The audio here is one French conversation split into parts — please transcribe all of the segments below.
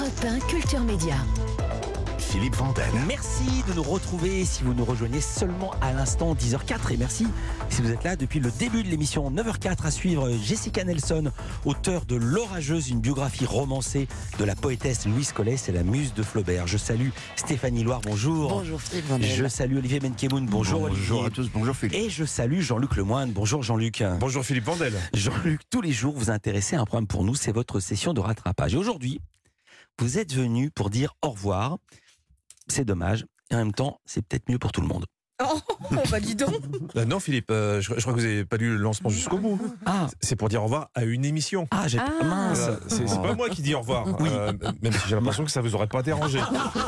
Europe 1 Culture Média. Philippe Vandel. Merci de nous retrouver si vous nous rejoignez seulement à l'instant 10h04 et merci si vous êtes là depuis le début de l'émission 9h04 à suivre Jessica Nelson, auteure de L'Orageuse, une biographie romancée de la poétesse Louise Collet, c'est la muse de Flaubert. Je salue Stéphanie Loire, bonjour. Bonjour Philippe Vandel. Je salue Olivier Benkemoun, bonjour Olivier. Bonjour à tous, bonjour Philippe. Et je salue Jean-Luc Lemoine, bonjour Jean-Luc. Bonjour Philippe Vandel. Jean-Luc, tous les jours vous intéressez à un programme pour nous, c'est votre session de rattrapage. Et aujourd'hui, vous êtes venu pour dire au revoir. C'est dommage, et en même temps, c'est peut-être mieux pour tout le monde. Oh, bah dis donc. Non Philippe, je crois que vous n'avez pas lu le lancement jusqu'au bout. Ah, C'est pour dire au revoir à une émission. j'ai mince. C'est pas moi qui dis au revoir, même si j'ai l'impression que ça vous aurait pas dérangé.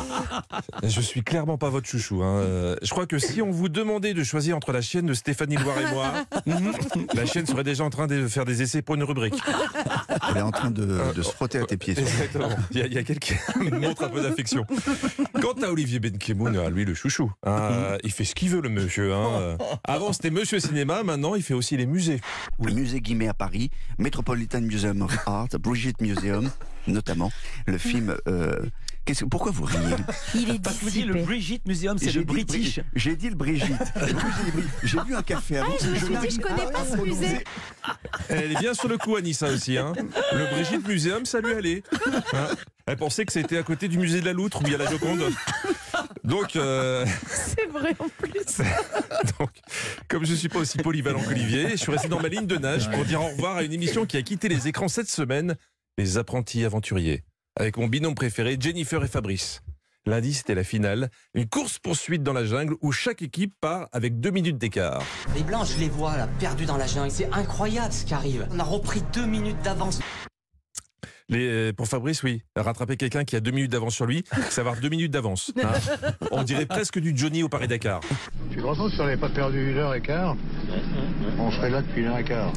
Je suis clairement pas votre chouchou. Je crois que si on vous demandait de choisir entre la chienne de Stéphanie Loire et moi, la chienne serait déjà en train de faire des essais pour une rubrique. Elle est en train de se frotter à tes pieds. Exactement. Il y a quelqu'un qui montre un peu d'affection. Quant à Olivier Benkemoun, lui le chouchou, il fait ce qu'il veut le monsieur. Avant c'était Monsieur Cinéma, maintenant il fait aussi les musées. Le musée Guimet à Paris, Metropolitan Museum of Art, Brigitte Museum, notamment. Le film... Pourquoi vous riez? Il est Parce que vous dites le dissipé. Brigitte Museum, c'est le British. J'ai dit le Brigitte. J'ai bu un café avant. Je me suis dit, je connais pas ce musée. Elle est bien sur le coup, Anissa aussi. Le Brigitte Museum, ça lui allait. Elle pensait que c'était à côté du musée de la Loutre où il y a la Joconde. Donc, C'est vrai en plus. donc, comme je ne suis pas aussi polyvalent qu'Olivier, je suis resté dans ma ligne de nage pour dire au revoir à une émission qui a quitté les écrans cette semaine, Les Apprentis Aventuriers, avec mon binôme préféré, Jennifer et Fabrice. Lundi, c'était la finale, une course-poursuite dans la jungle où chaque équipe part avec 2 minutes d'écart. Les Blancs, je les vois là, perdus dans la jungle. C'est incroyable ce qui arrive. On a repris 2 minutes d'avance. Pour Fabrice, oui, rattraper quelqu'un qui a 2 minutes d'avance sur lui, c'est avoir 2 minutes d'avance. On dirait presque du Johnny au Paris-Dakar. Tu te rends compte si on n'avait pas perdu 1h15, on serait là depuis 1h15.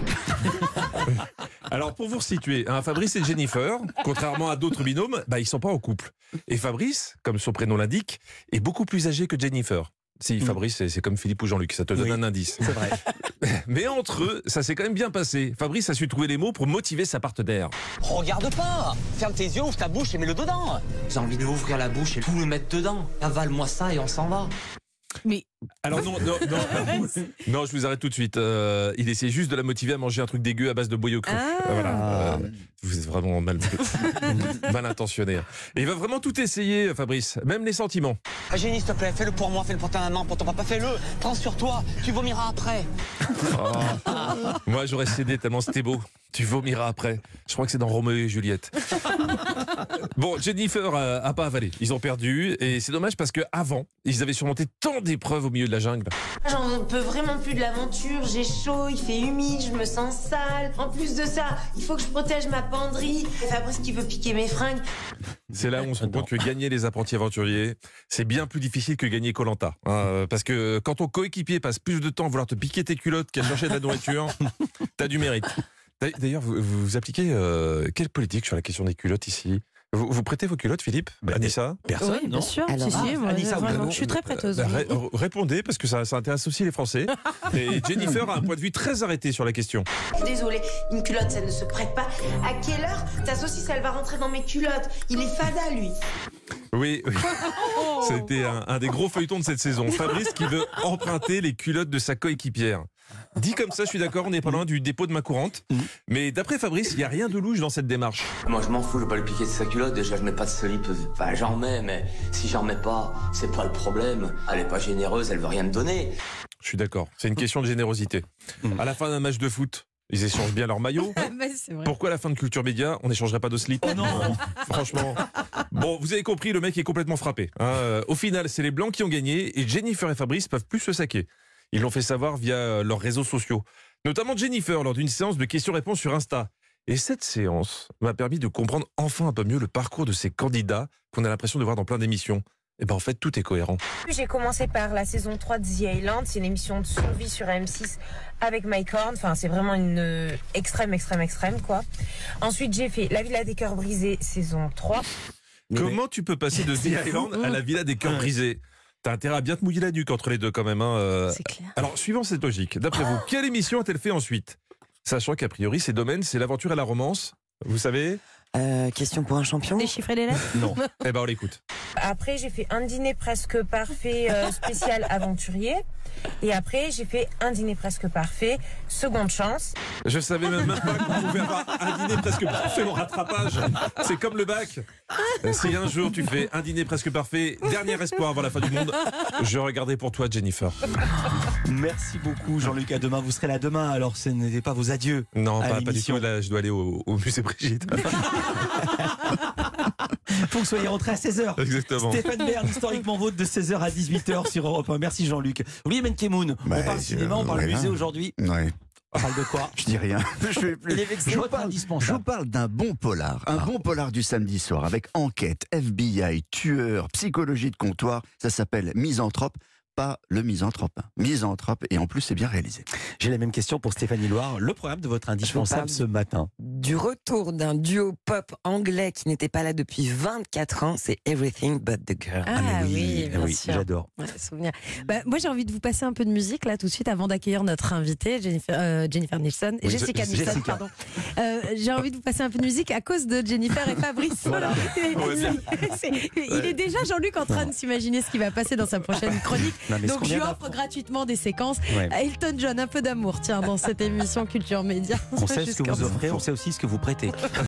Alors pour vous resituer, Fabrice et Jennifer, contrairement à d'autres binômes, ils sont pas en couple. Et Fabrice, comme son prénom l'indique, est beaucoup plus âgé que Jennifer. Si Fabrice, c'est comme Philippe ou Jean-Luc, ça te donne un indice. C'est vrai. Mais entre eux, ça s'est quand même bien passé. Fabrice a su trouver les mots pour motiver sa partenaire. Regarde pas. Ferme tes yeux, ouvre ta bouche et mets-le dedans. J'ai envie de l'ouvrir la bouche et tout le mettre dedans. Avale-moi ça et on s'en va. Mais Alors non, je vous arrête tout de suite. Il essayait juste de la motiver à manger un truc dégueu à base de boyau cru. Voilà. Vous êtes vraiment mal intentionné. Et il va vraiment tout essayer, Fabrice, même les sentiments. Génie, s'il te plaît, fais-le pour moi, fais-le pour ta maman, pour ton papa, fais-le. Prends sur toi, tu vomiras après. Moi, j'aurais cédé tellement c'était beau. Tu vomiras après. Je crois que c'est dans Roméo et Juliette. Bon, Jennifer a pas avalé. Ils ont perdu et c'est dommage parce que avant, ils avaient surmonté tant d'épreuves au milieu de la jungle. J'en peux vraiment plus de l'aventure, j'ai chaud, il fait humide, je me sens sale. En plus de ça, il faut que je protège ma penderie. Fabrice qui veut piquer mes fringues. C'est là où on se rend compte que gagner les apprentis aventuriers, c'est bien plus difficile que gagner Koh-Lanta. Parce que quand ton coéquipier passe plus de temps à vouloir te piquer tes culottes qu'à chercher de la nourriture, t'as du mérite. D'ailleurs, vous appliquez quelle politique sur la question des culottes ici? Vous prêtez vos culottes, Philippe? Anissa? Personne, oui, non? bien sûr. Alors, Moi, Anissa, vraiment, vous- je suis très prêteuse. Répondez, parce que ça intéresse aussi les Français. Et Jennifer a un point de vue très arrêté sur la question. Désolée, une culotte, ça ne se prête pas. À quelle heure ta saucisse, elle va rentrer dans mes culottes? Il est fada, lui. Oui. C'était un des gros feuilletons de cette saison. Fabrice qui veut emprunter les culottes de sa coéquipière. Dit comme ça, je suis d'accord, on n'est pas loin du dépôt de main courante. Mais d'après Fabrice, il n'y a rien de louche dans cette démarche. Moi, je m'en fous, je vais pas lui piquer de sa culotte. Déjà, je mets pas de slip. Enfin, j'en mets, mais si j'en mets pas, c'est pas le problème. Elle est pas généreuse, elle veut rien me donner. Je suis d'accord, c'est une question de générosité. À la fin d'un match de foot, ils échangent bien leur maillot. C'est vrai. Pourquoi à la fin de Culture Média, on n'échangerait pas de slip? Oh non. Franchement. Bon, vous avez compris, le mec est complètement frappé. Au final, c'est les Blancs qui ont gagné et Jennifer et Fabrice peuvent plus se saquer. Ils l'ont fait savoir via leurs réseaux sociaux. Notamment Jennifer lors d'une séance de questions-réponses sur Insta. Et cette séance m'a permis de comprendre enfin un peu mieux le parcours de ces candidats qu'on a l'impression de voir dans plein d'émissions. Et en fait, tout est cohérent. J'ai commencé par la saison 3 de The Island. C'est une émission de survie sur M6 avec Mike Horn. Enfin, c'est vraiment une extrême, quoi. Ensuite, j'ai fait La Villa des Cœurs Brisés, saison 3. Comment tu peux passer de The Island à la Villa des Cœurs Brisés? T'as intérêt à bien te mouiller la nuque entre les deux quand même. C'est clair. Alors, suivant cette logique, d'après vous, quelle émission a-t-elle fait ensuite? Sachant qu'a priori, ces domaines, c'est l'aventure et la romance. Vous savez? Question pour un champion. Déchiffrer les lettres. Non. Eh ben, on l'écoute. Après, j'ai fait un dîner presque parfait spécial aventurier. Et après, j'ai fait un dîner presque parfait, seconde chance. Je savais même pas qu'on pouvait avoir un dîner presque parfait au rattrapage. C'est comme le bac. Si un jour tu fais un dîner presque parfait, dernier espoir avant la fin du monde, je regardais pour toi, Jennifer. Merci beaucoup, Jean-Luc. À demain. Vous serez là demain, alors ce n'était pas vos adieux. Non, à pas du l'émission. tout. Là, je dois aller au musée Brigitte. Faut que vous soyez rentrés à 16h. Exactement. Stéphane Bern, historiquement vôtre, de 16h à 18h sur Europe 1. Merci Jean-Luc. Oubliez Menkemoun. On parle cinéma, on parle ouais, musée là. aujourd'hui. Ouais. On parle de quoi? Je dis rien. Je vais plus. Il est vexé. Je vous Votre parle, indispensable. je vous parle d'un bon polar. Un bon polar du samedi soir avec enquête, FBI, tueur, psychologie de comptoir. Ça s'appelle Misanthrope. Pas le misanthrope. Misanthrope. Et en plus, c'est bien réalisé. J'ai la même question pour Stéphanie Loire. Le programme de votre indispensable ce matin. Du retour d'un duo pop anglais qui n'était pas là depuis 24 ans, c'est Everything But The Girl. Ah mais oui, bien oui, sûr. j'adore. Ouais, souvenir. Moi, j'ai envie de vous passer un peu de musique là tout de suite avant d'accueillir notre invitée Jennifer Nilsson, Oui, Jessica Nilsson, Jessica. pardon. J'ai envie de vous passer un peu de musique à cause de Jennifer et Fabrice. Voilà. Il est déjà Jean-Luc en train de s'imaginer ce qui va passer dans sa prochaine chronique. Non, mais ce Donc qu'on je lui vient offre gratuitement des séquences. Ouais. Elton John, un peu d'amour, tiens, dans cette émission Culture Média. On sait ce que Jusqu'en vous offrez, on sait aussi ce que vous prêtez.